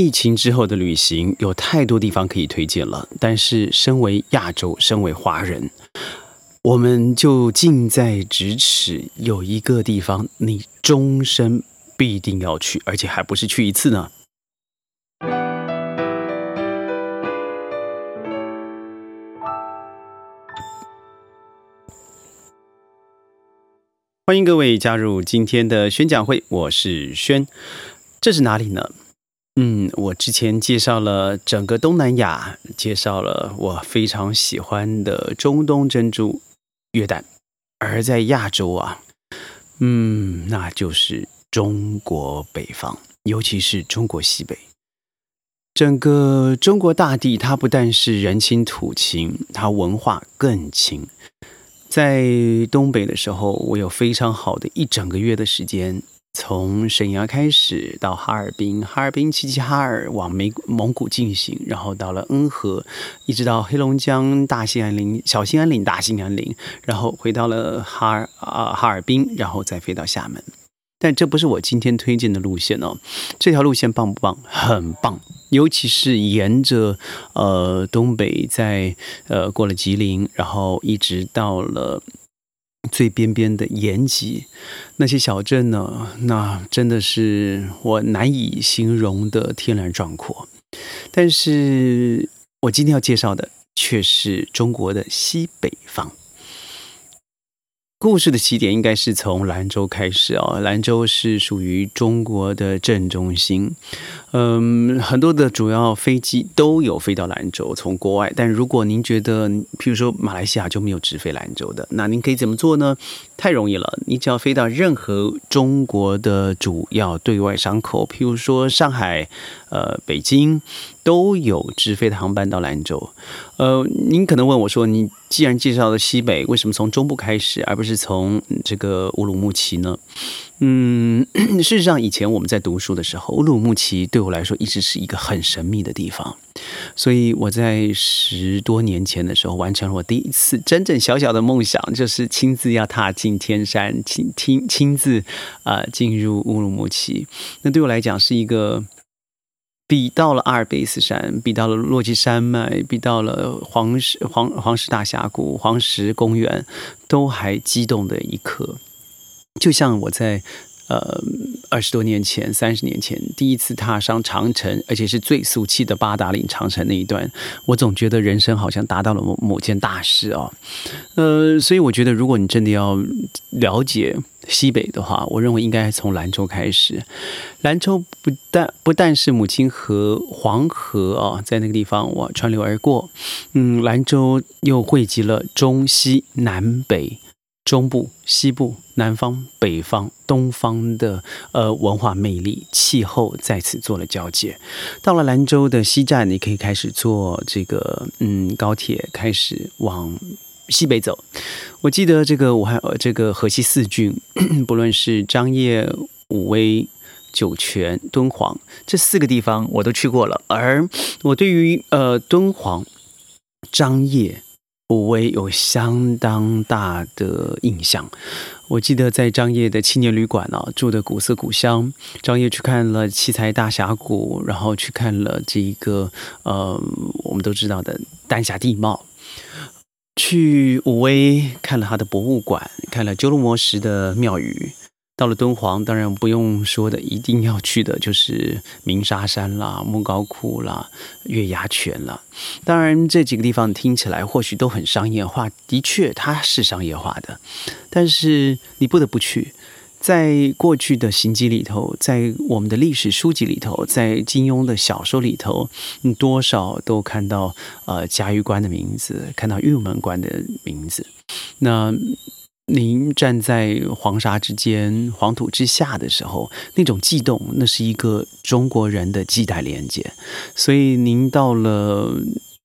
疫情之后的旅行有太多地方可以推荐了，但是身为亚洲，身为华人，我们就近在咫尺，有一个地方你终身必定要去，而且还不是去一次呢。欢迎各位加入今天的宣讲会，我是轩。这是哪里呢？我之前介绍了整个东南亚，介绍了我非常喜欢的中东珍珠约旦，而在亚洲啊，那就是中国北方，尤其是中国西北。整个中国大地，它不但是人亲土亲，它文化更亲。在东北的时候，我有非常好的一整个月的时间，从沈阳开始到哈尔滨，哈尔滨齐齐哈尔往蒙古进行，然后到了恩和，一直到黑龙江大兴安岭、小兴安岭、大兴安岭，然后回到了哈尔滨，然后再飞到厦门。但这不是我今天推荐的路线哦，这条路线棒不棒？很棒，尤其是沿着东北在过了吉林，然后一直到了最边边的延吉，那些小镇呢，那真的是我难以形容的天然壮阔。但是我今天要介绍的却是中国的西北方。故事的起点应该是从兰州开始哦，兰州是属于中国的正中心，很多的主要飞机都有飞到兰州，从国外。但如果您觉得，譬如说马来西亚就没有直飞兰州的，那您可以怎么做呢？太容易了，你只要飞到任何中国的主要对外商口，譬如说上海、北京，都有直飞的航班到兰州。您可能问我说，你既然介绍了西北，为什么从中部开始，而不是从这个乌鲁木齐呢？事实上，以前我们在读书的时候，乌鲁木齐对我来说一直是一个很神秘的地方，所以我在10多年前的时候，完成了我第一次真正小小的梦想，就是亲自要踏进天山，亲自进入乌鲁木齐。那对我来讲是一个比到了阿尔卑斯山，比到了落基山脉，比到了黄石大峡谷、黄石公园，都还激动的一刻。就像我在20多年前、30年前第一次踏上长城，而且是最俗气的八达岭长城那一段，我总觉得人生好像达到了某件大事哦。所以我觉得，如果你真的要了解西北的话，我认为应该从兰州开始。兰州不但是母亲河黄河啊，在那个地方我穿流而过，兰州又汇集了中西南北。中部、西部、南方、北方、东方的文化魅力，气候在此做了交界。到了兰州的西站，你可以开始坐这个高铁，开始往西北走。我记得这个这个河西4郡，不论是张掖、武威、酒泉、敦煌这4个地方我都去过了，而我对于敦煌、张掖、武威有相当大的印象。我记得在张掖的青年旅馆住的古色古香，张掖去看了七彩大峡谷，然后去看了这一个我们都知道的丹霞地貌。去武威看了他的博物馆，看了鸠罗摩什的庙宇。到了敦煌，当然不用说的，一定要去的就是鸣沙山啦、莫高窟啦、月牙泉啦。当然，这几个地方听起来或许都很商业化，的确它是商业化的，但是你不得不去。在过去的行迹里头，在我们的历史书籍里头，在金庸的小说里头，你多少都看到嘉峪关的名字，看到玉门关的名字。那您站在黄沙之间、黄土之下的时候，那种悸动，那是一个中国人的脐带连接。所以您到了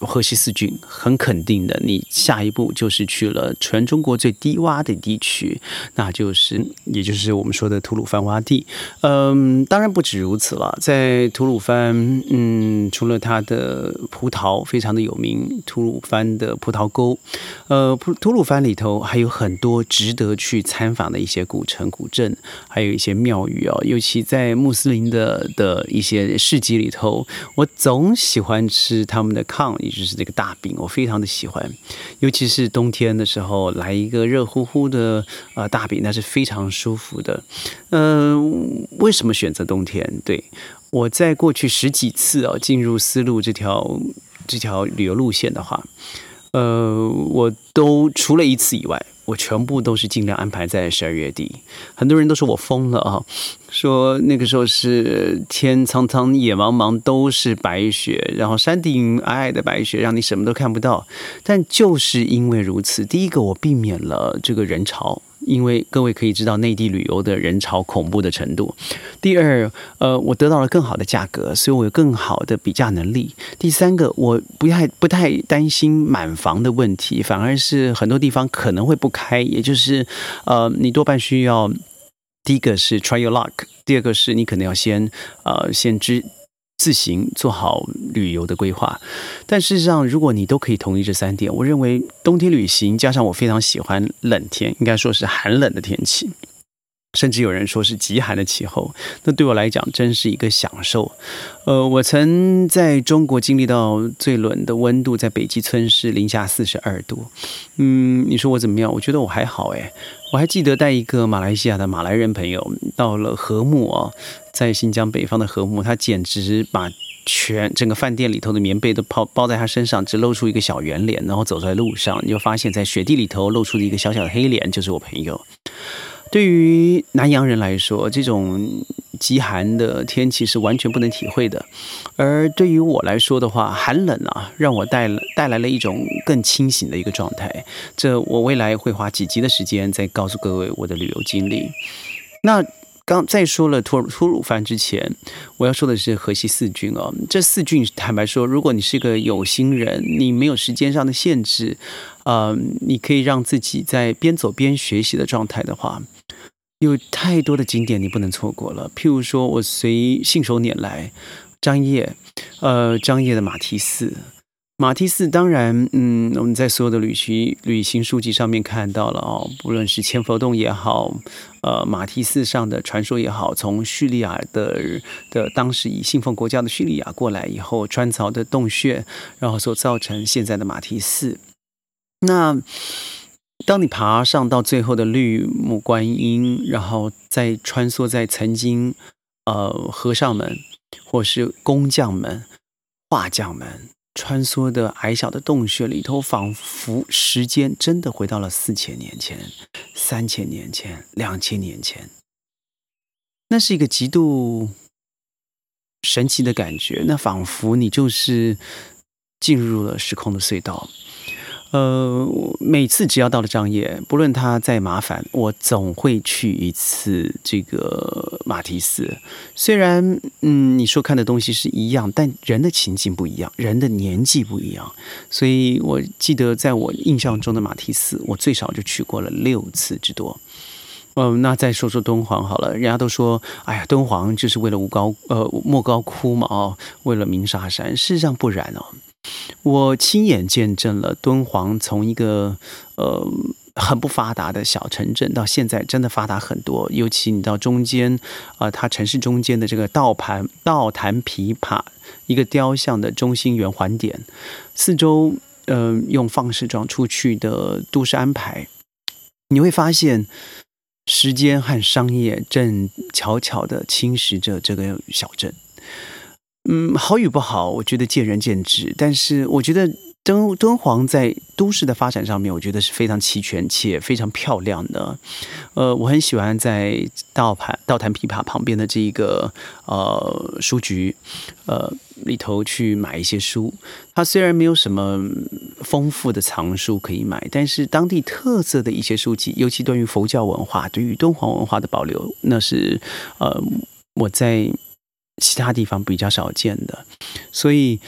河西四郡，很肯定的，你下一步就是去了全中国最低洼的地区，也就是我们说的吐鲁番洼地。当然不止如此了，在吐鲁番，除了它的葡萄非常的有名，吐鲁番的葡萄沟，吐鲁番里头还有很多值得去参访的一些古城古镇，还有一些庙宇哦，尤其在穆斯林的一些市集里头，我总喜欢吃他们的糠，也就是这个大饼，我非常的喜欢，尤其是冬天的时候，来一个热乎乎的大饼，那是非常舒服的。为什么选择冬天？对，我在过去10几次进入丝路这条旅游路线的话，我都除了1次以外，我全部都是尽量安排在12月底。很多人都说我疯了啊，说那个时候是天苍苍野茫茫都是白雪，然后山顶皑皑的白雪让你什么都看不到。但就是因为如此，第一个我避免了这个人潮，因为各位可以知道内地旅游的人潮恐怖的程度。第二，我得到了更好的价格，所以我有更好的比价能力。第三个，我不太担心满房的问题，反而是很多地方可能会不开，也就是你多半需要，第一个是 try your luck， 第二个是你可能要先自行做好旅游的规划。但事实上，如果你都可以同意这3点，我认为冬天旅行加上我非常喜欢冷天，应该说是寒冷的天气，甚至有人说是极寒的气候，那对我来讲真是一个享受。我曾在中国经历到最冷的温度，在北极村是零下42度。你说我怎么样？我觉得我还好诶。我还记得带一个马来西亚的马来人朋友到了禾木在新疆北方的禾木，他简直把整个饭店里头的棉被都包在他身上，只露出一个小圆脸，然后走在路上，你就发现在雪地里头露出的一个小小的黑脸，就是我朋友。对于南洋人来说，这种极寒的天气是完全不能体会的，而对于我来说的话，寒冷让我带来了一种更清醒的一个状态。这我未来会花几集的时间再告诉各位我的旅游经历。那刚再说了吐鲁番之前，我要说的是河西四郡这4郡坦白说，如果你是个有心人，你没有时间上的限制，你可以让自己在边走边学习的状态的话，有太多的景点你不能错过了。譬如说，我信手拈来，张掖的马蹄寺。马蹄寺当然，我们在所有的旅行书籍上面看到了不论是千佛洞也好，马蹄寺上的传说也好，从叙利亚的当时以信奉国教的叙利亚过来以后，穿凿的洞穴，然后所造成现在的马蹄寺。那当你爬上到最后的绿木观音，然后再穿梭在曾经和尚们或是工匠们、画匠们穿梭的矮小的洞穴里头，仿佛时间真的回到了4000年前、3000年前、2000年前。那是一个极度神奇的感觉，那仿佛你就是进入了时空的隧道。每次只要到了张掖，不论它再麻烦，我总会去一次这个马蹄寺。虽然你说看的东西是一样，但人的情境不一样，人的年纪不一样。所以我记得在我印象中的马蹄寺，我最少就去过了6次之多。那再说说敦煌好了，人家都说，哎呀，敦煌就是为了莫高窟嘛，为了鸣沙山。事实上不然我亲眼见证了敦煌从一个很不发达的小城镇到现在真的发达很多，尤其你到中间它城市中间的这个道坛琵琶一个雕像的中心圆环点，四周用放射状出去的都市安排，你会发现时间和商业正悄悄地侵蚀着这个小镇。好与不好，我觉得见仁见智。但是我觉得敦煌在都市的发展上面，我觉得是非常齐全且非常漂亮的。我很喜欢在道坛琵琶旁边的这个书局里头去买一些书。它虽然没有什么丰富的藏书可以买，但是当地特色的一些书籍，尤其对于佛教文化、对于敦煌文化的保留，那是我在其他地方比较少见的。所以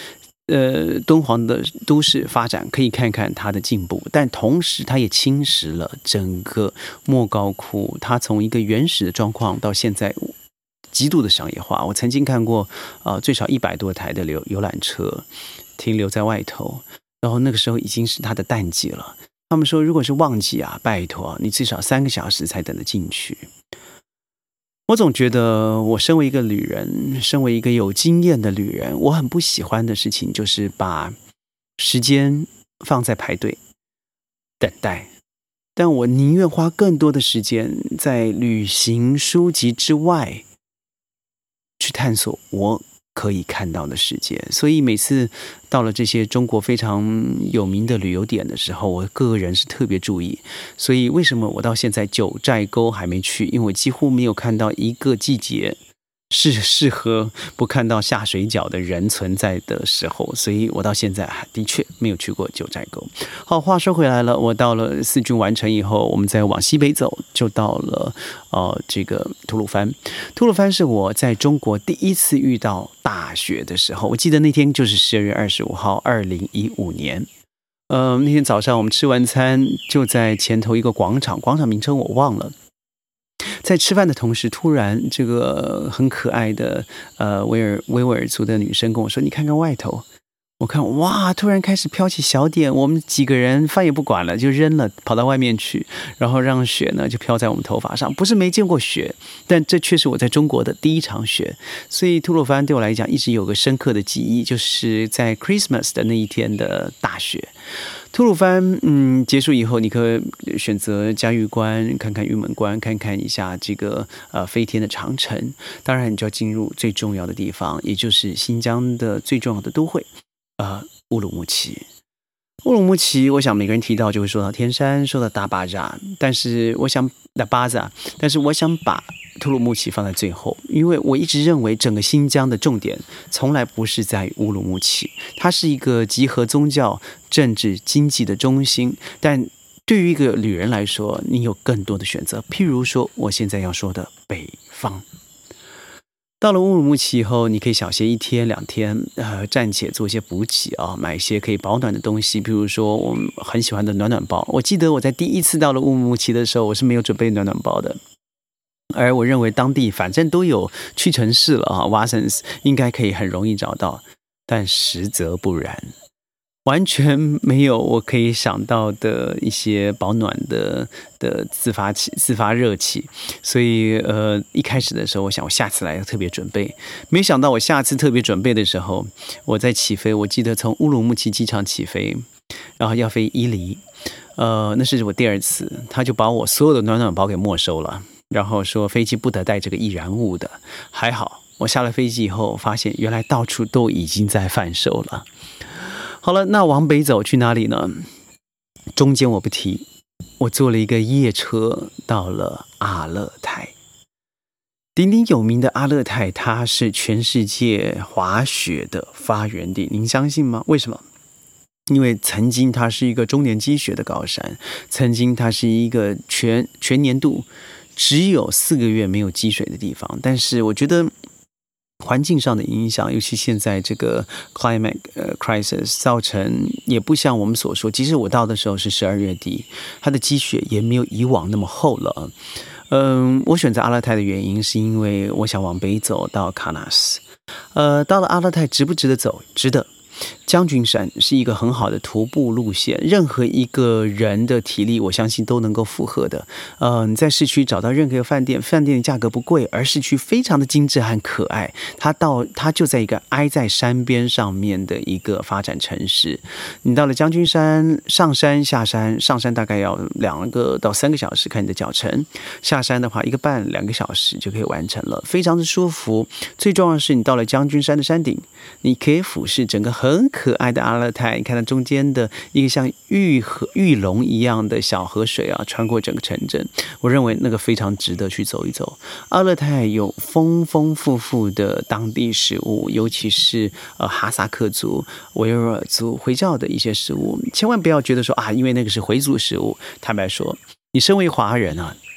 敦煌的都市发展可以看看它的进步，但同时它也侵蚀了整个莫高窟。它从一个原始的状况到现在极度的商业化。我曾经看过最少100多台的游览车停留在外头，然后那个时候已经是它的淡季了。他们说，如果是旺季啊，拜托你至少3个小时才等得进去。我总觉得，我身为一个旅人，身为一个有经验的旅人，我很不喜欢的事情就是把时间放在排队等待，但我宁愿花更多的时间在旅行书籍之外，去探索我可以看到的世界。所以每次到了这些中国非常有名的旅游点的时候，我个人是特别注意。所以为什么我到现在九寨沟还没去？因为我几乎没有看到一个季节是适合不看到下水饺的人存在的时候，所以我到现在的确没有去过九寨沟。好，话说回来了，我到了4军完成以后，我们再往西北走，就到了这个吐鲁番。吐鲁番是我在中国第一次遇到大雪的时候，我记得那天就是12月25号，2015年。那天早上我们吃完餐，就在前头一个广场，广场名称我忘了。在吃饭的同时，突然这个很可爱的维吾尔族的女生跟我说：“你看看外头。”我看哇，突然开始飘起小点，我们几个人饭也不管了，就扔了，跑到外面去，然后让雪呢就飘在我们头发上。不是没见过雪，但这却是我在中国的第一场雪，所以吐鲁番对我来讲一直有个深刻的记忆，就是在 Christmas 的那一天的大雪。吐鲁番结束以后，你可以选择嘉峪关，看看玉门关，看看一下这个飞天的长城。当然，你就要进入最重要的地方，也就是新疆的最重要的都会。乌鲁木齐。乌鲁木齐，我想每个人提到就会说到天山，说到大巴扎，但是我想把吐鲁木齐放在最后，因为我一直认为整个新疆的重点从来不是在于乌鲁木齐，它是一个集合宗教、政治、经济的中心，但对于一个旅人来说，你有更多的选择，譬如说我现在要说的北方。到了乌鲁木齐以后，你可以小歇1天2天，暂且做一些补给啊，买一些可以保暖的东西，比如说我们很喜欢的暖暖包。我记得我在第一次到了乌鲁木齐的时候，我是没有准备暖暖包的，而我认为当地反正都有屈臣氏了啊 ，Watsons 应该可以很容易找到，但实则不然。完全没有我可以想到的一些保暖的自发热器，所以一开始的时候，我想我下次来要特别准备。没想到我下次特别准备的时候，我在起飞，我记得从乌鲁木齐机场起飞，然后要飞伊犁，那是我第2次，他就把我所有的暖暖包给没收了，然后说飞机不得带这个易燃物的。还好，我下了飞机以后，发现原来到处都已经在贩售了。好了，那往北走去哪里呢？中间我不提，我坐了一个夜车到了阿勒泰。鼎鼎有名的阿勒泰，它是全世界滑雪的发源地，您相信吗？为什么？因为曾经它是一个终年积雪的高山，曾经它是一个全年度只有4个月没有积水的地方，但是我觉得环境上的影响，尤其现在这个 climate crisis 造成，也不像我们所说，即使我到的时候是12月底，它的积雪也没有以往那么厚了。我选择阿勒泰的原因是因为我想往北走到喀纳斯。到了阿勒泰值不值得走？值得。将军山是一个很好的徒步路线，任何一个人的体力我相信都能够负荷的。你在市区找到任何一个饭店的价格不贵，而市区非常的精致和可爱。它就在一个挨在山边上面的一个发展城市。你到了将军山，上山下山，上山大概要2个到3个小时看你的脚程，下山的话1个半2个小时就可以完成了，非常的舒服。最重要的是你到了将军山的山顶，你可以俯视整个很可爱的阿勒泰，你看到中间的一个像玉龙一样的小河水啊，穿过整个城镇，我认为那个非常值得去走一走。阿勒泰有丰丰富富的当地食物，尤其是哈萨克族、维吾尔族回教的一些食物，千万不要觉得说因为那个是回族食物。坦白说，你身为华人啊，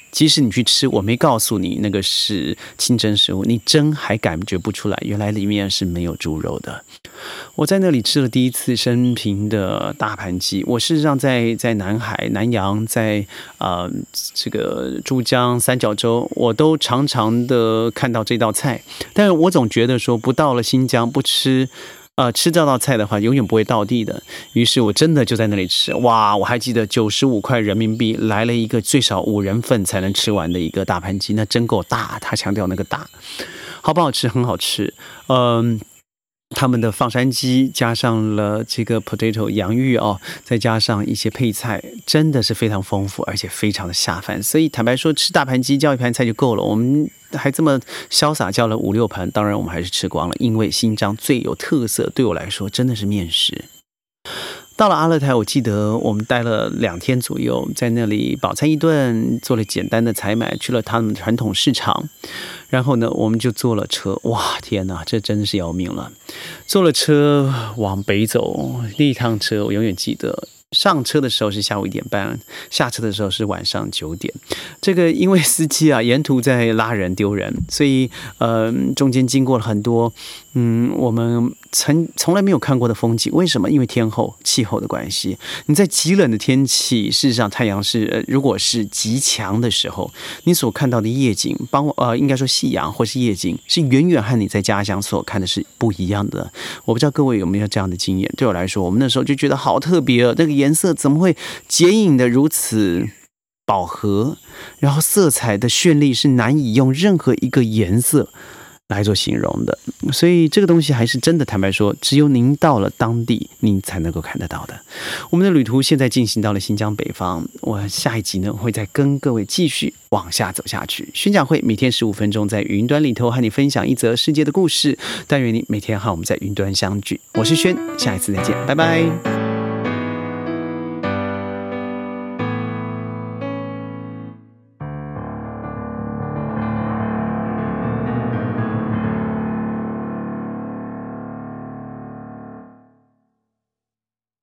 即使你去吃，我没告诉你那个是清真食物，你蒸还感觉不出来，原来里面是没有猪肉的。我在那里吃了第一次生平的大盘鸡。我事实上在南海、南洋，在这个珠江三角洲，我都常常的看到这道菜，但是我总觉得说不到了新疆不吃。吃这道菜的话，永远不会到地的。于是我真的就在那里吃，哇！我还记得95块人民币来了一个最少5人份才能吃完的一个大盘鸡，那真够大。他强调那个大，好不好吃？很好吃。他们的放山鸡加上了这个 potato 洋芋哦，再加上一些配菜，真的是非常丰富，而且非常的下饭。所以坦白说，吃大盘鸡叫一盘菜就够了。我们还这么潇洒叫了5-6盘，当然我们还是吃光了，因为新疆最有特色，对我来说真的是面食。到了阿勒泰，我记得我们待了2天左右，在那里饱餐一顿，做了简单的采买，去了他们传统市场，然后呢，我们就坐了车。哇，天哪，这真的是要命了！坐了车往北走，那一趟车我永远记得。上车的时候是下午1点半，下车的时候是晚上9点。这个因为司机啊沿途在拉人丢人，所以中间经过了很多我们从来没有看过的风景。为什么？因为天候气候的关系。你在极冷的天气，事实上太阳是如果是极强的时候，你所看到的夜景，应该说夕阳或是夜景，是远远和你在家乡所看的是不一样的。我不知道各位有没有这样的经验？对我来说，我们那时候就觉得好特别哦，那个颜色怎么会剪影的如此饱和，然后色彩的绚丽是难以用任何一个颜色来做形容的。所以这个东西还是真的，坦白说，只有您到了当地，您才能够看得到的。我们的旅途现在进行到了新疆北方，我下一集呢会再跟各位继续往下走下去。宣讲会每天15分钟，在云端里头和你分享一则世界的故事。但愿你每天和我们在云端相聚。我是轩，下一次再见，拜拜。